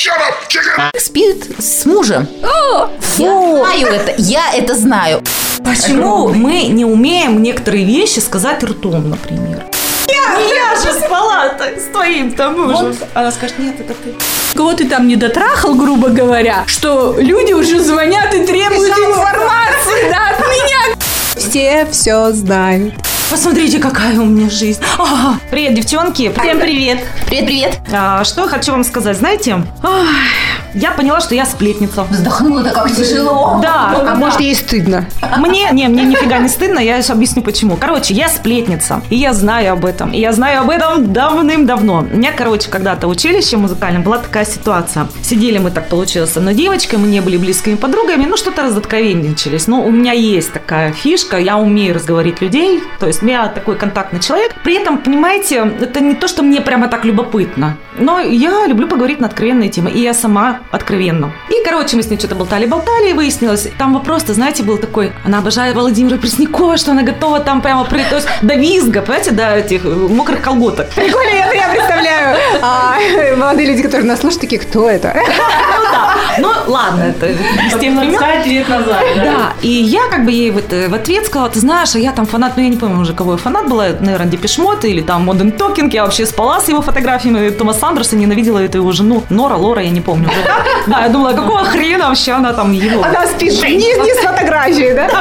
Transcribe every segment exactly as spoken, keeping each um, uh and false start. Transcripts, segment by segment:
Спит с мужем. О, я знаю это, я это знаю. Почему мы не умеем некоторые вещи сказать ртом, например? Я, я же спала с твоим-то мужем. Вот. Она скажет, нет, это ты. Кого ты там не дотрахал, грубо говоря, что люди уже звонят и требуют информации, да, от меня. Все все знают. Посмотрите, какая у меня жизнь. Ага. Привет, девчонки. Всем привет. Привет-привет. А, что хочу вам сказать, знаете? Ах, я поняла, что я сплетница. Вздохнула-то как тяжело. Да. А может, ей стыдно? Мне, не, мне нифига не стыдно, я объясню почему. Короче, я сплетница, и я знаю об этом. И я знаю об этом давным-давно. У меня, короче, когда-то в училище музыкальном была такая ситуация. Сидели мы, так получилось, с одной девочкой, мы не были близкими подругами, ну, что-то разоткровенничались. Но у меня есть такая фишка, я умею разговорить людей, то есть я такой контактный человек. При этом, понимаете, это не то, что мне прямо так любопытно, но я люблю поговорить на откровенные темы, и я сама откровенно. И, короче, мы с ней что-то болтали-болтали, и выяснилось, там вопрос-то, знаете, был такой, она обожает Владимира Преснякова, что она готова там прямо прыгать, то есть до визга, понимаете, до этих мокрых колготок. Прикольно, я, я представляю. А, молодые люди, которые нас слушают, такие, кто это? Ну да, ну ладно, это с тем двадцать лет назад. Да, и я как бы ей в, это, в ответ сказала, ты знаешь, а я там фанат, ну я не помню уже, кого я фанат была, наверное, Депеш Мод или там Modern Talking, я вообще спала с его фотографиями Томаса Андерса, ненавидела эту его жену, Нора, Лора, я не помню уже. Да, я думала, какого хрена вообще она там его... Она спит не, не с фотографией, да?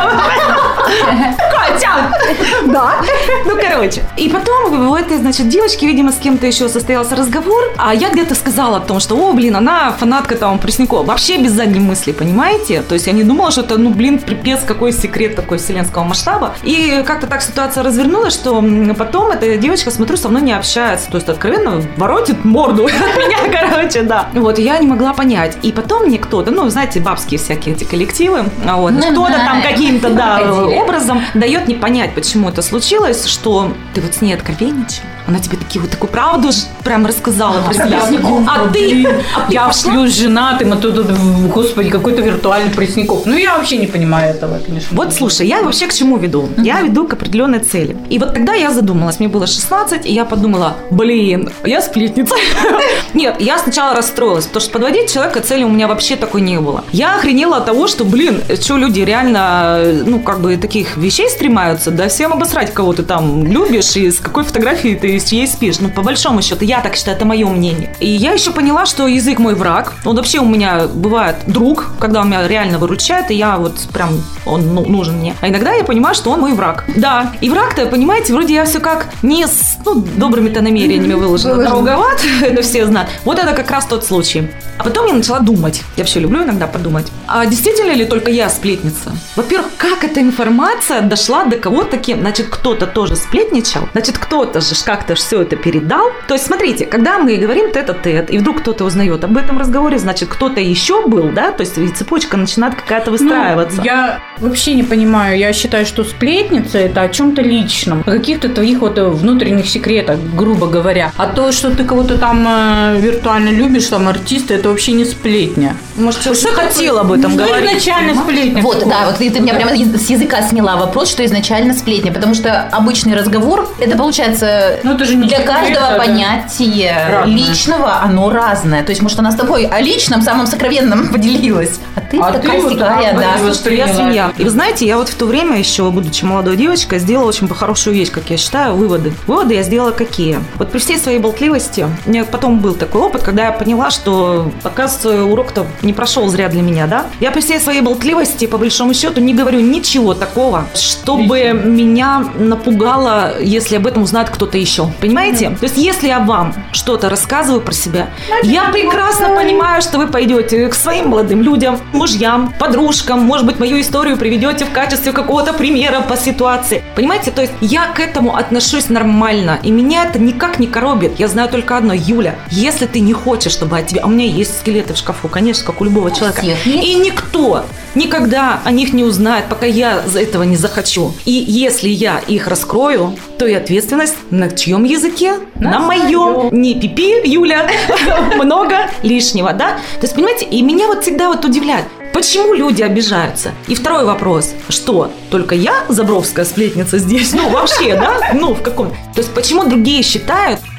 Катя! Да. Ну, короче. И потом у этой, значит, девочки, видимо, с кем-то еще состоялся разговор, а я где-то сказала о том, что, о, блин, она фанатка там Преснякова. Вообще без задней мысли, понимаете? То есть я не думала, что это, ну, блин, пипец, какой секрет такой вселенского масштаба. И как-то так ситуация развернулась, что потом эта девочка, смотрю, со мной не общается. То есть откровенно воротит морду от меня, короче, да. Вот, я не могла понять. И потом мне кто-то, ну, знаете, бабские всякие эти коллективы, вот, кто-то там каким-то, да, образом дает не понять, почему это случилось, что ты вот с ней откровенничал. Она тебе такие вот такую правду прям рассказала про себя. А ты, я шлюсь женатым, а тут, господи, какой-то виртуальный Пресняков. Ну, я вообще не понимаю этого, конечно. Вот, слушай, я вообще к чему веду? Я веду к определенной цели. И вот тогда я задумалась, мне было шестнадцать, и я подумала, блин, я сплетница. Нет, я сначала расстроилась, потому что подводить человека цели у меня вообще такой не было. Я охренела от того, что, блин, что люди реально, ну, как бы таких вещей стремаются, да, всем обосрать, кого ты там любишь и с какой фотографией ты с чьей спишь. Ну, по большому счету, я так считаю, это мое мнение. И я еще поняла, что язык мой враг. Он вообще у меня бывает друг, когда он меня реально выручает, и я вот прям, он ну, нужен мне. А иногда я понимаю, что он мой враг. Да, и враг-то, понимаете, вроде я все как не с, ну, добрыми-то намерениями выложила. Дороговат, это все знают. Вот это как раз тот случай. А потом я начала думать. Я вообще люблю иногда подумать. А действительно ли только я сплетница? Во-первых, как эта информация дошла до кого-то кем? Значит, кто-то тоже сплетничал. Значит, кто-то же как-то все это передал. То есть, смотрите, когда мы говорим тет-а-тет, и вдруг кто-то узнает об этом разговоре, значит, кто-то еще был, да? То есть, цепочка начинает какая-то выстраиваться. Ну, я вообще не понимаю. Я считаю, что сплетница – это о чем-то личном. О каких-то твоих вот внутренних секретах, грубо говоря. А то, что ты кого-то там э, виртуально любишь, там, артиста, это вообще не сплетня. Может, что хотел об этом говорить? Изначально сплетня. Вот, да, вот ты, ты меня прямо с языка сняла вопрос, что изначально сплетня, потому что обычный разговор, это получается ну, это же не для секрет, каждого это понятие разное. Личного, оно разное. То есть, может, она с тобой о личном, самом сокровенном поделилась, а ты а такая ты сякая, вот, да. вот, Что я свинья. И вы знаете, я вот в то время еще, будучи молодой девочкой, сделала очень хорошую вещь, как я считаю, выводы. Выводы я сделала какие? Вот при всей своей болтливости, у меня потом был такой опыт, когда я поняла, что, оказывается, урок-то не прошел зря для меня, да? Я при всей своей болтливости, по большому счету, не говорю ничего такого, чтобы Лично. меня напугало, если об этом узнает кто-то еще. Понимаете? Mm-hmm. То есть, если я вам что-то рассказываю про себя, Значит, я прекрасно говорю. понимаю, что вы пойдете к своим молодым людям, мужьям, подружкам, может быть, мою историю приведете в качестве какого-то примера по ситуации. Понимаете? То есть, я к этому отношусь нормально, и меня это никак не коробит. Я знаю только одно, Юля, если ты не хочешь, чтобы от тебя... А у меня есть скелеты в шкафу, конечно, как у любого у человека. И никто никогда о них не узнает, пока я за этого не захочу. И если я их раскрою, то и ответственность на чьем языке? На, на моем. Не пипи, Юля, много лишнего, да? То есть, понимаете, и меня вот всегда вот удивляет, почему люди обижаются? И второй вопрос, что, только я, Забровская сплетница здесь? Ну, вообще, да? Ну, в каком? То есть, почему другие считают,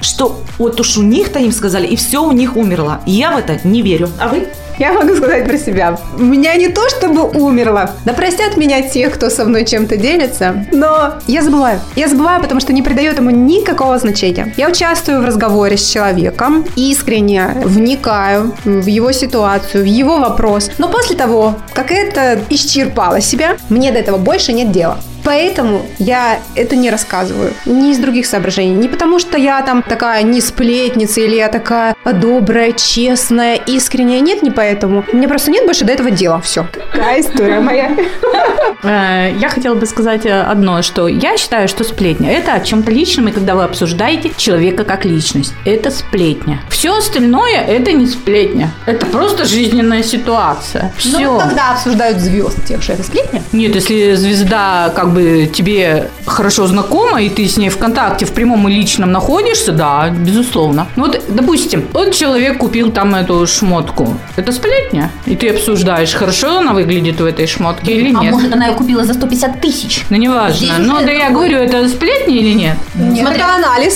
что вот уж у них-то им сказали, и все у них умерло. Я в это не верю. А вы? Я могу сказать про себя. У меня не то, чтобы умерло. Да простят меня тех, кто со мной чем-то делится. Но я забываю. Я забываю, потому что не придает ему никакого значения. Я участвую в разговоре с человеком, искренне вникаю в его ситуацию, в его вопрос. Но после того, как это исчерпало себя, мне до этого больше нет дела. Поэтому я это не рассказываю. Не из других соображений. Не потому, что я там такая не сплетница, или я такая добрая, честная, искренняя. Нет, не поэтому. У меня просто нет больше до этого дела. Все. Такая история моя. Я хотела бы сказать одно, что я считаю, что сплетня – это о чем-то личном, и когда вы обсуждаете человека как личность. Это сплетня. Все остальное – это не сплетня. Это просто жизненная ситуация. Все. Ну, когда обсуждают звезд тех, что это сплетня? Нет, если звезда как бы тебе хорошо знакома, и ты с ней в контакте в прямом и личном находишься, да, безусловно. Ну вот, допустим, вот человек купил там эту шмотку. Это сплетня? И ты обсуждаешь, хорошо она выглядит в этой шмотке или нет? А может, она ее купила за сто пятьдесят тысяч? Ну, неважно. Ну, да я говорю, это сплетня или нет? Нет, Смотри. это анализ.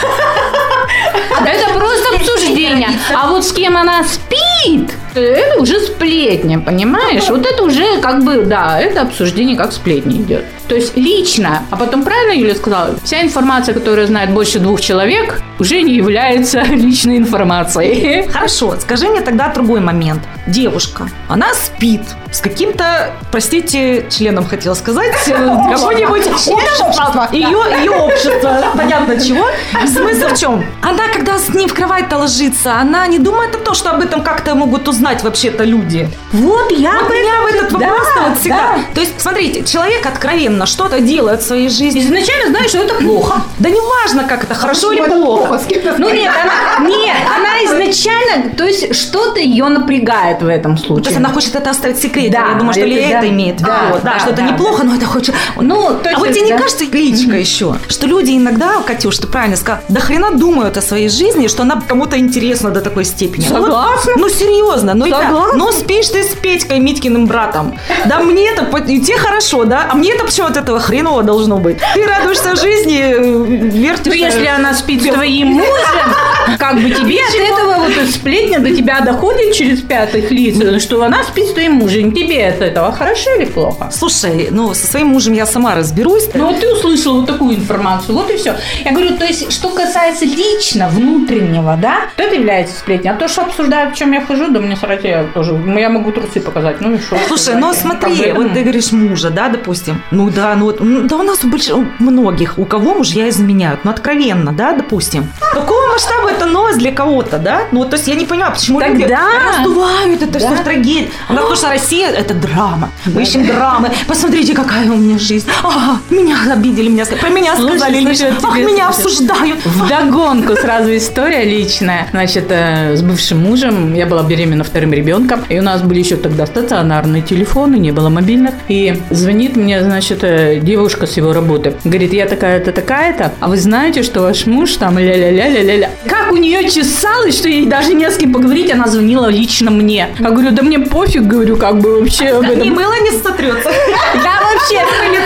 Это просто обсуждение. А вот с кем она спит, это уже сплетня, понимаешь? Вот это уже как бы, да, это обсуждение как сплетня идет. То есть лично, а потом правильно Юля сказала, вся информация, которую знает больше двух человек, уже не является личной информацией. Хорошо, скажи мне тогда другой момент. Девушка, она спит с каким-то, простите, членом хотела сказать, какое-нибудь общество. Ее, ее общество, понятно чего. Смысл в чем? Она, когда с ним в кровать-то ложится, она не думает о том, что об этом как-то могут узнать вообще-то люди. Вот я Вот меня в этот вопрос вот всегда. То есть, смотрите, человек откровенно что-то делает в своей жизни. изначально знаешь, что это плохо. Да не важно, как это, хорошо или плохо. Ну нет, она, нет, она изначально, то есть что-то ее напрягает в этом случае. То есть она хочет это оставить в секрете. Да, Я думаю, что это, ли да. это имеет в виду. Да, Да, да, что это да, неплохо, но это хочет... Ну, то а есть, вот тебе не да. кажется, Личка, еще, что люди иногда, Катюш, ты правильно сказала, до хрена думают о своей жизни, что она кому-то интересна до такой степени. Ну, Согласна. вот, ну, серьезно. Ну, Согласна. ребят, ну, спишь ты с Петькой, Митькиным братом. Да мне-то, и тебе хорошо, да? А мне-то почему от этого хреново должно быть? Ты радуешься жизни, э, вертишь... Ну, если она спит с твоим мужем, как бы тебе от этого вот сплетня до тебя доходит через пятых лиц, что она спит с твоим мужем. Тебе от этого хорошо или плохо? Слушай, ну, со своим мужем я сама разберусь. Ну, вот ты услышала вот такую информацию, вот и все. Я говорю, то есть, что касается лично, внутреннего, да, то это является сплетней. А то, что обсуждают, в чем я хожу, да мне срать, я тоже, я могу трусы показать, ну и что? Слушай, ну смотри, вот ты говоришь мужа, да, допустим. Ну да, ну вот, ну, да у нас у, больш... у многих, у кого мужья изменяют, ну откровенно, да, допустим. Какого масштаба это новость для кого-то, да? Ну, то есть я не понимаю, почему Тогда... люди раздувают это Да. все в трагедию. А потому что Россия – это драма. Мы ищем драмы. Посмотрите, какая у меня жизнь. Ага, меня обидели, меня про меня Слушай, сказали, слушай, лишь, вот ах, тебе меня скажу. обсуждают. Вдогонку сразу история личная. Значит, э, с бывшим мужем я была беременна вторым ребенком, и у нас были еще тогда стационарные телефоны, не было мобильных. И звонит мне, значит, э, девушка с его работы. Говорит, я такая-то, такая-то, а вы знаете, что ваш муж там ля-ля-ля-ля-ля-ля. Как у нее чесалось, что ей даже не с кем поговорить, она звонила лично мне. Я говорю, да мне пофиг, говорю, как бы вообще об этом. Не мыло не сотрется. Да, вообще.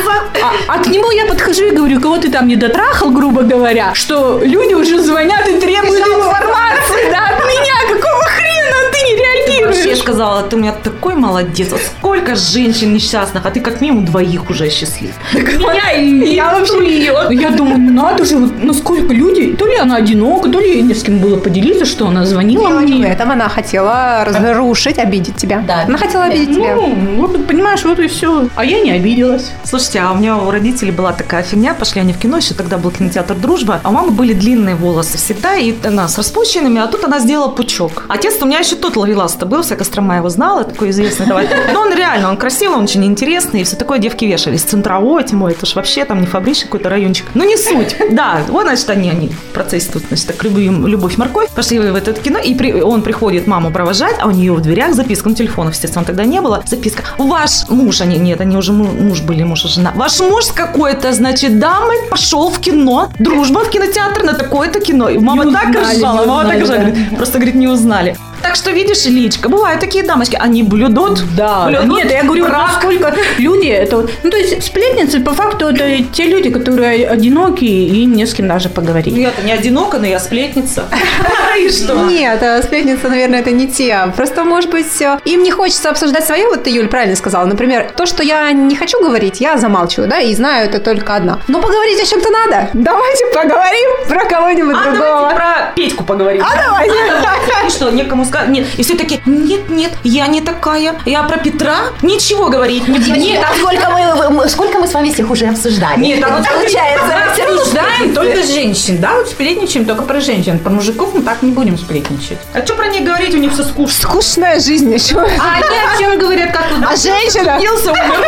А, а к нему я подхожу и говорю, кого ты там не дотрахал, грубо говоря, что люди уже звонят и требуют информации, да, от меня. Какого хрена ты не реагируешь? Вообще сказала, ты у меня такой молодец. А сколько женщин несчастных, а ты как минимум двоих уже счастлив. Меня и я вообще... Я думаю, ну надо же, вот насколько люди... То ли она одинока, то ли ей не с кем было поделиться, что она звонила Дело не в мне. этом, она хотела разрушить, обидеть тебя. Да. Она хотела обидеть тебя. Ну, вот, понимаешь, вот и все. А я не обиделась. Слушайте, а у меня у родителей была такая фигня, пошли они в кино, еще тогда был кинотеатр «Дружба», а у мамы были длинные волосы всегда, и она с распущенными, а тут она сделала пучок. Отец у меня еще тот ловелас-то был, вся Кострома его знала, такой известный давай. Но он реально, он красивый, он очень интересный, и все такое девки вешались. Центровой, тем более, это ж вообще там не фабричный какой-то райончик. Ну, не суть. Да, вот, значит, они, они в процессе тут, значит, так, любовь, любовь, морковь, пошли в это кино, и при, он приходит маму провожать, а у нее в дверях записка, ну, телефонов, естественно, тогда не было, записка. Ваш муж, они, нет, они уже муж были, муж и жена. Ваш муж с какой-то, значит, дамой пошел в кино, «Дружба» в кинотеатр на такое-то кино. И мама Не так узнали, ржала, не мама так узнали, ржала, да. говорит, просто, говорит, не узнали. Так что, видишь, Личка, бывают такие дамочки, они блюдут. Да, блюдут нет, я говорю, брак. насколько люди, это вот, ну, то есть сплетницы, по факту, это те люди, которые одиноки, и им не с кем даже поговорить. Ну, я-то не одинока, но я сплетница. И что? Нет, а сплетница, наверное, это не те. Просто, может быть, им не хочется обсуждать свое. Вот ты, Юль, правильно сказала. Например, то, что я не хочу говорить, я замалчиваю, да, и знаю это только одна. Но поговорить о чем-то надо. Давайте поговорим про кого-нибудь А другого. давайте про Петьку поговорим. А давайте. И что, некому сказать? Нет. И все таки нет, нет, я не такая. Я про Петра ничего говорить не буду. Нет, а сколько мы, сколько мы с вами всех уже обсуждали? Нет, а вот получается, все Обсуждаем только женщин, да, вот сплетничаем только про женщин. Про мужиков мы так не будем сплетничать. А что про них говорить? У них все скучно. Скучная жизнь еще. А они о чем говорят, как вот... А женщина? Родился, умер.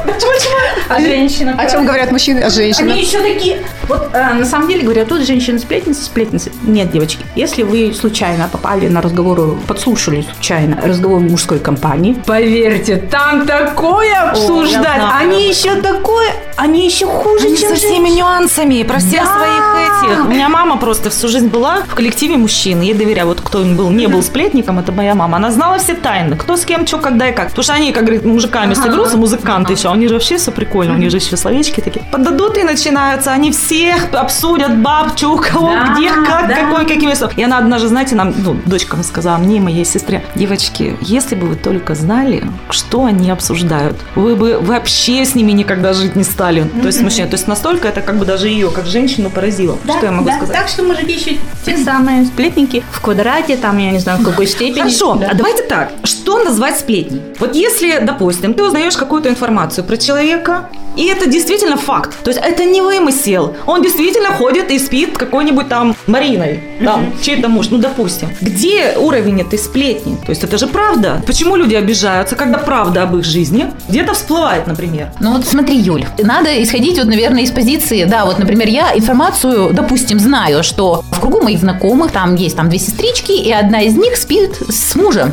А женщина? О чем говорят мужчины, о женщинах? Они еще такие... Вот э, на самом деле говорят, тут женщины-сплетницы, сплетницы. Нет, девочки, если вы случайно попали на разговор, подслушали случайно разговор мужской компании, поверьте, там такое обсуждать. я знаю. Они еще такое, они еще хуже, Они чем со всеми женщины. нюансами, про всех Да. своих этих. У меня мама просто всю жизнь была в коллективе мужчин. Ей доверяю. Вот кто был, не был сплетником, это моя мама. Она знала все тайны. Кто с кем, что, когда и как. Потому что они, как говорит, мужиками соберутся, музыканты еще. Они же вообще все прикольно. У них же еще словечки такие. Подадут и начинаются. Они всех обсудят, баб, чё, у кого, Да, где, как, да. какой, какими словами. И она однажды, знаете, нам, ну, дочкам сказала, мне и моей сестре: девочки, если бы вы только знали, что они обсуждают, вы бы вообще с ними никогда жить не стали. То есть мужчина. То есть настолько это как бы даже ее, как женщину, поразило. Да, Что я могу да, сказать? Так что мужики еще те самые сплетники в квадрате, там, я не знаю, в какой степени. Хорошо, Да. а давайте так. Что назвать сплетней? Вот если, допустим, ты узнаешь какую-то информацию про человека, и это действительно факт. То есть это не вымысел. Он действительно ходит и спит какой-нибудь там Мариной, там, чей-то муж, ну, допустим. Где уровень этой сплетни? То есть это же правда. Почему люди обижаются, когда правда об их жизни где-то всплывает, например? Ну вот смотри, Юль, надо исходить вот, наверное, из позиции, да, вот, например, я информацию, допустим, знаю, что в кругу моих знакомых там есть там две сестрички, и одна из них спит с мужем.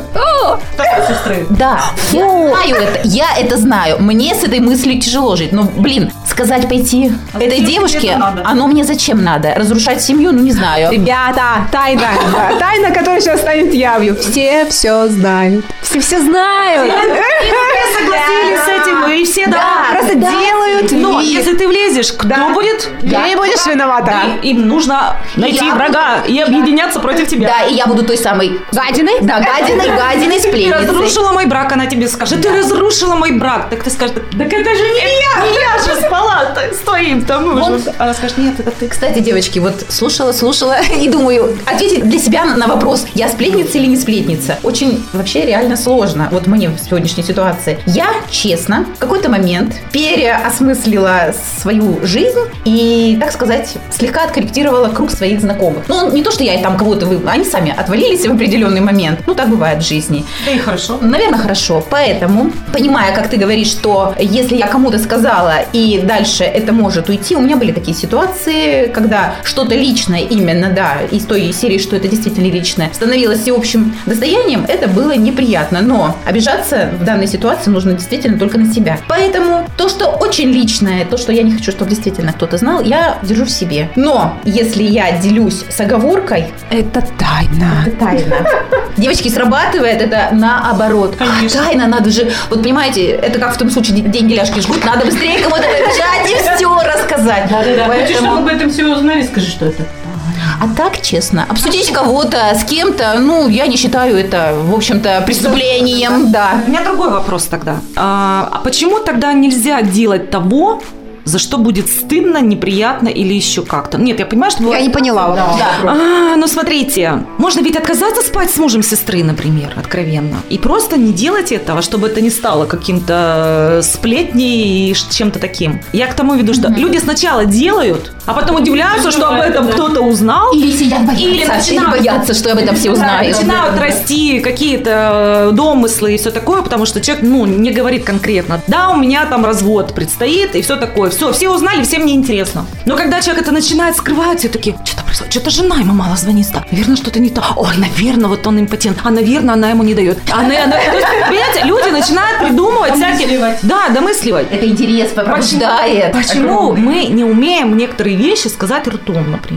Сестры. Да, я знаю это, я это знаю. Мне с этой мыслью тяжело жить. Но, блин, сказать пойти А этой зачем девушке, тебе это надо? оно мне зачем надо? Разрушать семью? Ну, не знаю. Ребята, тайна, да, тайна, которая сейчас станет явью. Все все знают. Все все знают. Все согласились с этим, и все, да. Просто делают Но вид. если ты влезешь, кто Да. будет? Ты будешь виновата. И им нужно найти Я- врага и объединяться против тебя. Да, и я буду той самой Гадиной? Да, гадиной, гадиной, Ты сплетницей. разрушила мой брак, она тебе скажет. Ты разрушила мой брак. Так ты скажешь, так это же не я. Не я же спала с твоим там мужем. Она скажет, нет, это ты. Кстати, девочки, вот слушала, слушала и думаю, ответить для себя на вопрос, я сплетница или не сплетница, очень вообще реально сложно. Вот мне в сегодняшней ситуации. Я, честно, в какой-то момент переосмыслила свою жизнь и, так сказать, слегка откорректировала круг своих знакомых. Ну, не то, что я там кого-то вы... Они сами отвалились в определенный момент. Ну, так бывает в жизни. Да и хорошо. Наверное, хорошо. Поэтому, понимая, как ты говоришь, что если я кому-то сказала, и дальше это может уйти, у меня были такие ситуации, когда что-то личное именно, да, из той серии, что это действительно личное, становилось всеобщим достоянием, это было неприятно. Но обижаться в данной ситуации нужно действительно только на себя. Поэтому то, что очень личное, то, что я не хочу, чтобы действительно кто-то знал, я держу в себе. Но если я делюсь с оговоркой, Это тайна. это тайна. Девочки, срабатывает это наоборот. Конечно. Тайна, надо же... Вот понимаете, это как в том случае деньги ляжки жгут, надо быстрее кому-то набежать и все рассказать. Хочешь, чтобы Поэтому- об этом все узнали, скажи, что это. А так, честно, обсудить кого-то с кем-то, ну, я не считаю это, в общем-то, преступлением, да. У меня другой вопрос тогда. А, а почему тогда нельзя делать того, за что будет стыдно, неприятно или еще как-то? Нет, я понимаю, что Я бывает... не поняла. вот. Да. А, ну смотрите, можно ведь отказаться спать с мужем сестры, например, откровенно. И просто не делать этого, чтобы это не стало каким-то сплетней и ш- чем-то таким. Я к тому веду, что люди сначала делают, а потом удивляются, что об этом кто-то узнал. Или сидят боятся, Или или, начинают- боятся, что об этом все узнают. Начинают расти какие-то домыслы и все такое, потому что человек, ну, не говорит конкретно. Да, у меня там развод предстоит и все такое. Все, все узнали, всем неинтересно. Но когда человек это начинает скрывать, все такие, что-то происходит, что-то жена ему мало звонит. Наверное, что-то не то. Ой, наверное, вот он импотент. А, наверное, она ему не дает. А, она- она- То есть, понимаете, люди начинают придумывать всякие... Да, домысливать. Это интерес пробуждает. Почему мы не умеем некоторые вещи сказать ртом, например?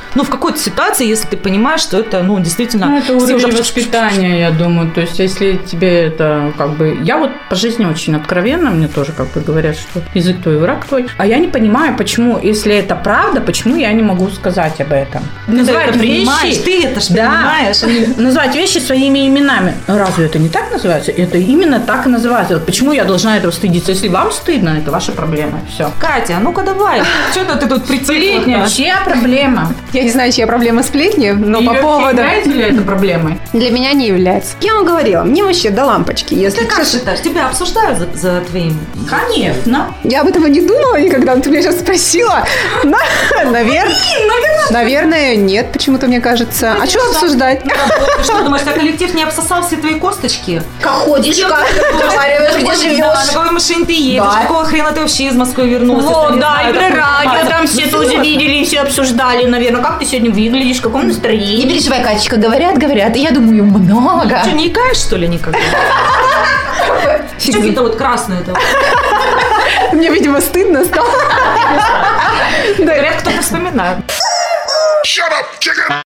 ну, в какой-то ситуации, если ты понимаешь, что это, ну, действительно... Ну, это все уровень уже... воспитания, я думаю. То есть, если тебе это как бы... Я вот по жизни очень откровенна, мне тоже как бы говорят, что язык твой, враг твой. А я не понимаю, почему, если это правда, почему я не могу сказать об этом. Называть это понимаешь, вещи... ты это ж да, понимаешь. Называть вещи своими именами. Разве это не так называется? Это именно так и называется. Почему я должна этого стыдиться? Если вам стыдно, это ваша проблема. Все. Катя, а ну-ка давай. Что-то ты тут Сплетня, чья проблема? Я не знаю, чья проблема сплетни, но по поводу... Является ли это проблемой? Для меня не является. Я вам говорила, мне вообще до лампочки. Если Ты как честно. считаешь? Тебя обсуждают за, за твоим... Конечно. Я об этом не думала никогда, но ты меня сейчас спросила. Наверное, наверное, нет, почему-то мне кажется. А что обсуждать? Ты что, думаешь, что коллектив не обсосал все твои косточки? Как ходишь, как разговариваешь, где Да, на живешь. какой машине ты едешь? Да. Какого хрена ты вообще из Москвы вернулся? Вот, Не да, знаю, и при такой радио база. там все Ну, тоже вот. видели и все обсуждали, наверное, как ты сегодня выглядишь, в каком Не настроении. переживай, Катечка, говорят, говорят. И я думаю, много. Что, не икаешь, что ли, никогда? Что это вот красное-то? Мне, видимо, стыдно стало. Говорят, кто-то вспоминает. Shut up, chicken!